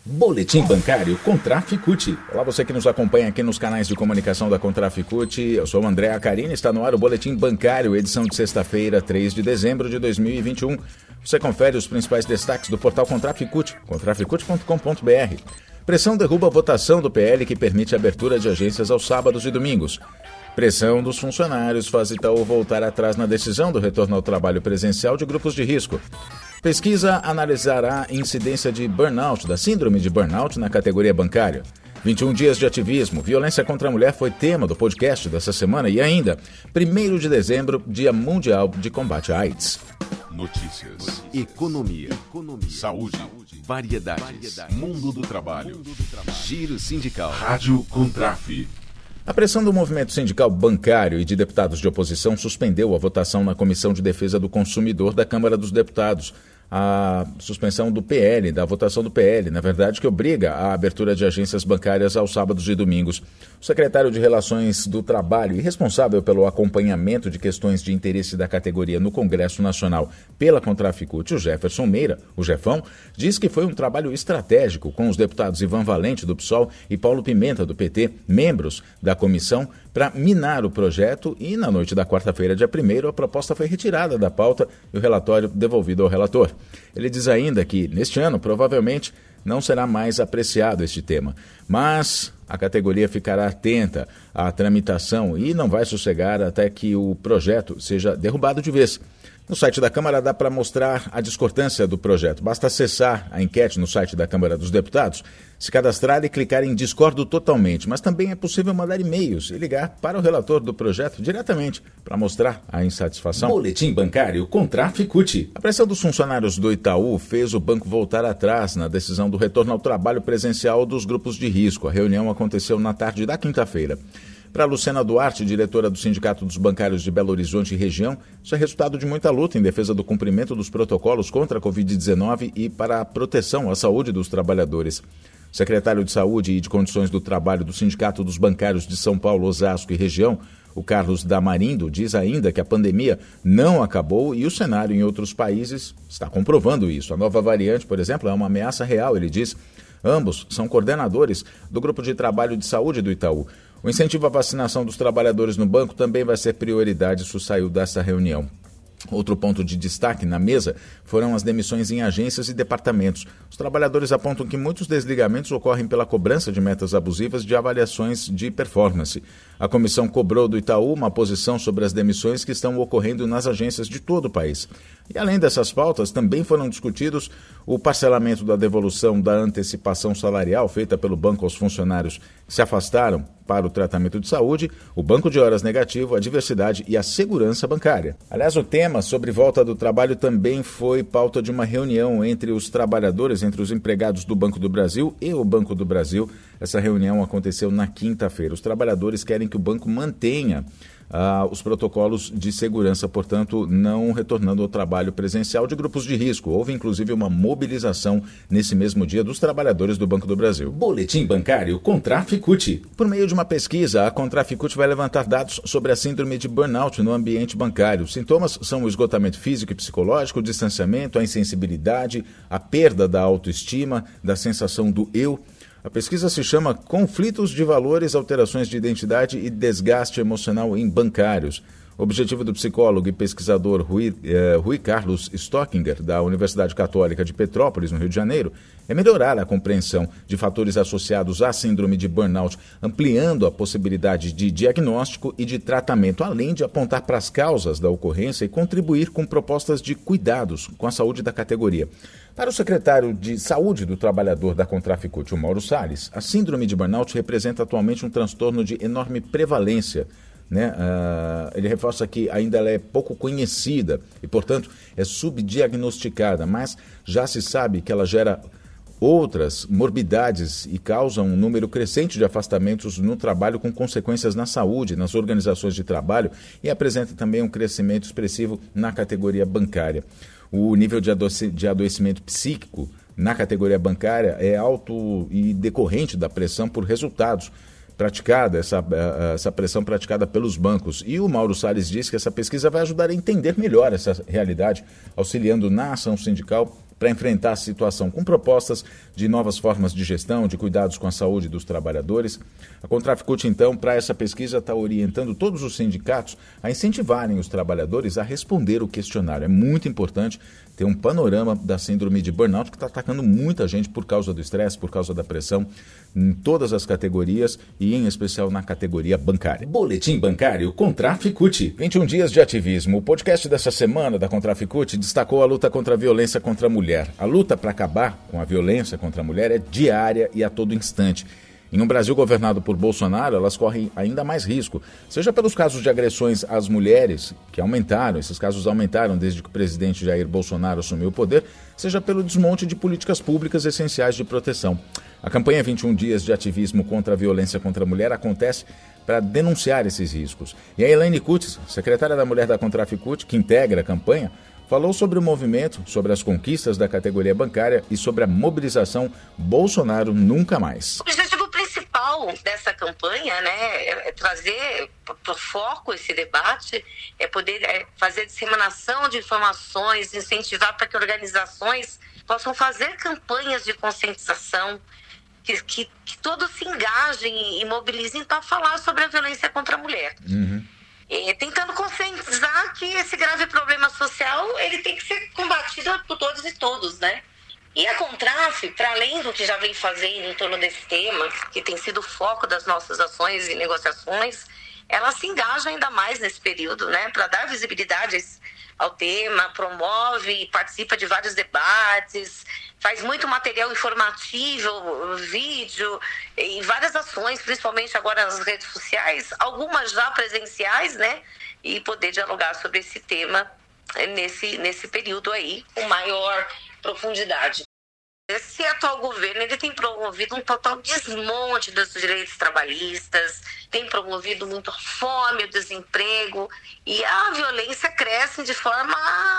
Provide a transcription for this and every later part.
Boletim Bancário Contraficute. Olá, você que nos acompanha aqui nos canais de comunicação da Contraficute. Eu sou o André Acarini, está no ar o Boletim Bancário, edição de sexta-feira, 3 de dezembro de 2021. Você confere os principais destaques do portal Contraficute, contraficute.com.br. Pressão derruba a votação do PL que permite a abertura de agências aos sábados e domingos. Pressão dos funcionários faz Itaú voltar atrás na decisão do retorno ao trabalho presencial de grupos de risco. Pesquisa analisará a incidência de burnout, da síndrome de burnout na categoria bancária. 21 dias de ativismo, violência contra a mulher foi tema do podcast dessa semana e ainda, 1º de dezembro, Dia Mundial de Combate à AIDS. Notícias, economia, saúde, variedades, mundo do trabalho, giro sindical, Rádio Contraf. A pressão do movimento sindical bancário e de deputados de oposição suspendeu a votação na Comissão de Defesa do Consumidor da Câmara dos Deputados. A suspensão do PL, da votação do PL, na verdade, que obriga a abertura de agências bancárias aos sábados e domingos. O secretário de Relações do Trabalho e responsável pelo acompanhamento de questões de interesse da categoria no Congresso Nacional pela Contraficute, o Jefferson Meira, o Jefão, diz que foi um trabalho estratégico com os deputados Ivan Valente, do PSOL, e Paulo Pimenta, do PT, membros da comissão, para minar o projeto e, na noite da quarta-feira, dia 1º, a proposta foi retirada da pauta e o relatório devolvido ao relator. Ele diz ainda que, neste ano, provavelmente não será mais apreciado este tema, mas a categoria ficará atenta à tramitação e não vai sossegar até que o projeto seja derrubado de vez. No site da Câmara dá para mostrar a discordância do projeto. Basta acessar a enquete no site da Câmara dos Deputados, se cadastrar e clicar em discordo totalmente, mas também é possível mandar e-mails e ligar para o relator do projeto diretamente para mostrar a insatisfação. Boletim Bancário Contraficute. A pressão dos funcionários do Itaú fez o banco voltar atrás na decisão do retorno ao trabalho presencial dos grupos de risco. A reunião aconteceu na tarde da quinta-feira. Para Luciana Duarte, diretora do Sindicato dos Bancários de Belo Horizonte e região, isso é resultado de muita luta em defesa do cumprimento dos protocolos contra a Covid-19 e para a proteção à saúde dos trabalhadores. O secretário de Saúde e de Condições do Trabalho do Sindicato dos Bancários de São Paulo, Osasco e região, o Carlos Damarindo, diz ainda que a pandemia não acabou e o cenário em outros países está comprovando isso. A nova variante, por exemplo, é uma ameaça real, ele diz. Ambos são coordenadores do Grupo de Trabalho de Saúde do Itaú. O incentivo à vacinação dos trabalhadores no banco também vai ser prioridade, isso saiu dessa reunião. Outro ponto de destaque na mesa foram as demissões em agências e departamentos. Os trabalhadores apontam que muitos desligamentos ocorrem pela cobrança de metas abusivas de avaliações de performance. A comissão cobrou do Itaú uma posição sobre as demissões que estão ocorrendo nas agências de todo o país. E além dessas pautas, também foram discutidos o parcelamento da devolução da antecipação salarial feita pelo banco aos funcionários que se afastaram para o tratamento de saúde, o banco de horas negativo, a diversidade e a segurança bancária. Aliás, o tema sobre volta do trabalho também foi pauta de uma reunião entre os trabalhadores, entre os empregados do Banco do Brasil e o Banco do Brasil. Essa reunião aconteceu na quinta-feira. Os trabalhadores querem que o banco mantenha os protocolos de segurança, portanto, não retornando ao trabalho presencial de grupos de risco. Houve, inclusive, uma mobilização nesse mesmo dia dos trabalhadores do Banco do Brasil. Boletim Bancário Contraficute. Por meio de uma pesquisa, a Contraficute vai levantar dados sobre a síndrome de burnout no ambiente bancário. Os sintomas são o esgotamento físico e psicológico, o distanciamento, a insensibilidade, a perda da autoestima, da sensação do eu. A pesquisa se chama Conflitos de Valores, Alterações de Identidade e Desgaste Emocional em Bancários. O objetivo do psicólogo e pesquisador Rui Carlos Stockinger, da Universidade Católica de Petrópolis, no Rio de Janeiro, é melhorar a compreensão de fatores associados à síndrome de burnout, ampliando a possibilidade de diagnóstico e de tratamento, além de apontar para as causas da ocorrência e contribuir com propostas de cuidados com a saúde da categoria. Para o secretário de Saúde do Trabalhador da Contraficute, o Mauro Salles, a síndrome de burnout representa atualmente um transtorno de enorme prevalência. Ele reforça que ainda ela é pouco conhecida e, portanto, é subdiagnosticada, mas já se sabe que ela gera outras morbidades e causa um número crescente de afastamentos no trabalho com consequências na saúde, nas organizações de trabalho e apresenta também um crescimento expressivo na categoria bancária. O nível de adoecimento psíquico na categoria bancária é alto e decorrente da pressão por resultados praticada, essa pressão praticada pelos bancos. E o Mauro Salles diz que essa pesquisa vai ajudar a entender melhor essa realidade, auxiliando na ação sindical para enfrentar a situação, com propostas de novas formas de gestão, de cuidados com a saúde dos trabalhadores. A Contraficute, então, para essa pesquisa, está orientando todos os sindicatos a incentivarem os trabalhadores a responder o questionário. É muito importante ter um panorama da síndrome de burnout, que está atacando muita gente por causa do estresse, por causa da pressão, em todas as categorias e em especial na categoria bancária. Boletim Bancário Contraficute. 21 dias de ativismo. O podcast dessa semana da Contraficute destacou a luta contra a violência contra a mulher. A luta para acabar com a violência contra a mulher é diária e a todo instante. Em um Brasil governado por Bolsonaro, elas correm ainda mais risco, seja pelos casos de agressões às mulheres, que aumentaram, esses casos aumentaram desde que o presidente Jair Bolsonaro assumiu o poder, seja pelo desmonte de políticas públicas essenciais de proteção. A campanha 21 dias de ativismo contra a violência contra a mulher acontece para denunciar esses riscos. E a Elaine Kutz, secretária da Mulher da Contraficute, que integra a campanha, falou sobre o movimento, sobre as conquistas da categoria bancária e sobre a mobilização Bolsonaro Nunca Mais. O objetivo principal dessa campanha, né, é trazer para o foco esse debate, é poder fazer disseminação de informações, incentivar para que organizações possam fazer campanhas de conscientização, que todos se engajem e mobilizem para falar sobre a violência contra a mulher. Tentando conscientizar que esse grave problema social ele tem que ser combatido por todos e todos, né? E a Contraf, para além do que já vem fazendo em torno desse tema, que tem sido o foco das nossas ações e negociações, ela se engaja ainda mais nesse período, né? Para dar visibilidade ao tema, promove e participa de vários debates, faz muito material informativo, vídeo e várias ações, principalmente agora nas redes sociais, algumas já presenciais, né? E poder dialogar sobre esse tema nesse período aí com maior profundidade. Esse atual governo ele tem promovido um total desmonte dos direitos trabalhistas, tem promovido muito a fome, o desemprego e a violência cresce de forma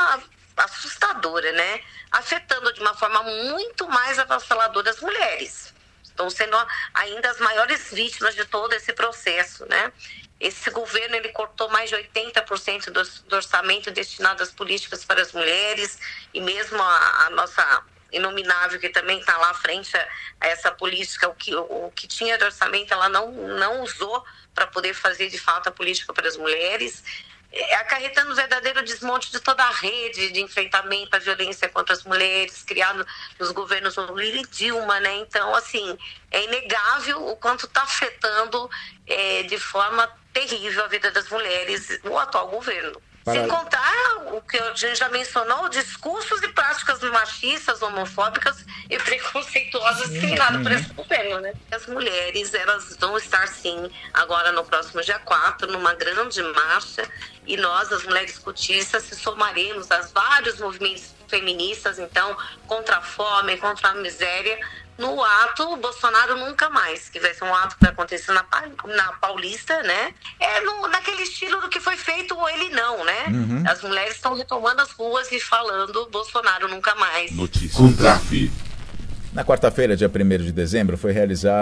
assustadora, né? Afetando de uma forma muito mais avassaladora as mulheres. Estão sendo ainda as maiores vítimas de todo esse processo, né? Esse governo ele cortou mais de 80% do orçamento destinado às políticas para as mulheres e mesmo a nossa inominável, que também está lá à frente a essa política, o que tinha de orçamento ela não usou para poder fazer de fato a política para as mulheres, acarretando um verdadeiro desmonte de toda a rede de enfrentamento à violência contra as mulheres, criado nos governos Lula e Dilma, né? Então, assim, é inegável o quanto está afetando de forma terrível a vida das mulheres o atual governo. Sem contar o que a gente já mencionou, discursos e práticas machistas, homofóbicas e preconceituosas disseminadas por esse governo, né? As mulheres, elas vão estar sim, agora no próximo dia 4, numa grande marcha, e nós, as mulheres cotistas, se somaremos a vários movimentos feministas, então, contra a fome, contra a miséria, no ato Bolsonaro Nunca Mais, que vai ser um ato que vai acontecer na Paulista, né? Naquele estilo do que foi feito o Ele Não, né? As mulheres estão retomando as ruas e falando Bolsonaro Nunca Mais. Notícias. Contraf. Na quarta-feira, dia 1º de dezembro, foi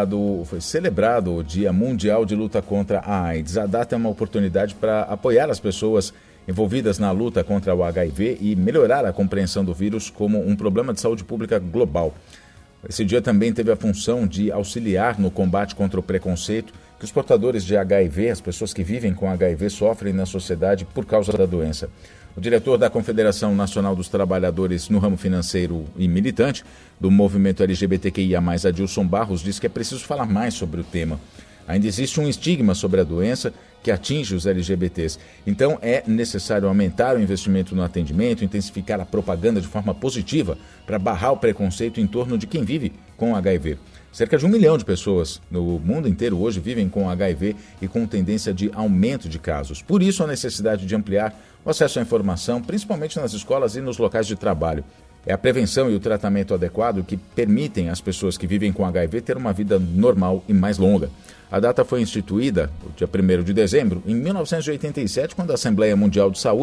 celebrado o Dia Mundial de Luta contra a AIDS. A data é uma oportunidade para apoiar as pessoas envolvidas na luta contra o HIV e melhorar a compreensão do vírus como um problema de saúde pública global. Esse dia também teve a função de auxiliar no combate contra o preconceito que os portadores de HIV, as pessoas que vivem com HIV, sofrem na sociedade por causa da doença. O diretor da Confederação Nacional dos Trabalhadores no ramo financeiro e militante do movimento LGBTQIA+, Adilson Barros, disse que é preciso falar mais sobre o tema. Ainda existe um estigma sobre a doença que atinge os LGBTs. Então é necessário aumentar o investimento no atendimento, intensificar a propaganda de forma positiva para barrar o preconceito em torno de quem vive com HIV. Cerca de 1 milhão de pessoas no mundo inteiro hoje vivem com HIV e com tendência de aumento de casos. Por isso, a necessidade de ampliar o acesso à informação, principalmente nas escolas e nos locais de trabalho. É a prevenção e o tratamento adequado que permitem às pessoas que vivem com HIV ter uma vida normal e mais longa. A data foi instituída, no dia 1º de dezembro, em 1987, quando a Assembleia Mundial de Saúde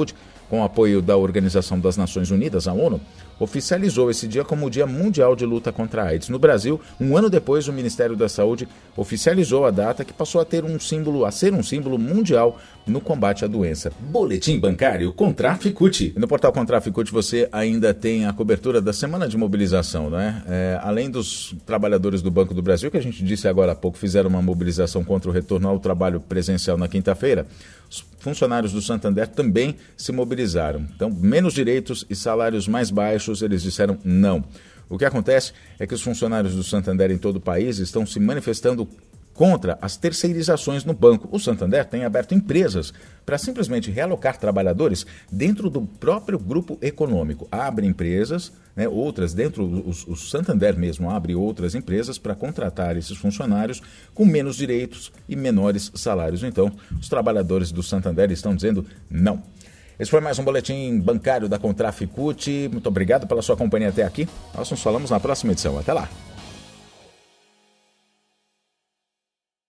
com o apoio da Organização das Nações Unidas, a ONU, oficializou esse dia como o Dia Mundial de Luta contra a AIDS. No Brasil, um ano depois, o Ministério da Saúde oficializou a data, que passou a ser um símbolo mundial no combate à doença. Boletim bancário Contraficute. No portal Contraficute você ainda tem a cobertura da semana de mobilização, né? Além dos trabalhadores do Banco do Brasil, que a gente disse agora há pouco, fizeram uma mobilização contra o retorno ao trabalho presencial na quinta-feira, os funcionários do Santander também se mobilizaram. Então, menos direitos e salários mais baixos, eles disseram não. O que acontece é que os funcionários do Santander em todo o país estão se manifestando contra as terceirizações no banco. O Santander tem aberto empresas para simplesmente realocar trabalhadores dentro do próprio grupo econômico. Abre empresas, outras dentro, o Santander mesmo abre outras empresas para contratar esses funcionários com menos direitos e menores salários. Então, os trabalhadores do Santander estão dizendo não. Esse foi mais um boletim bancário da Contraficute. Muito obrigado pela sua companhia até aqui. Nós nos falamos na próxima edição. Até lá.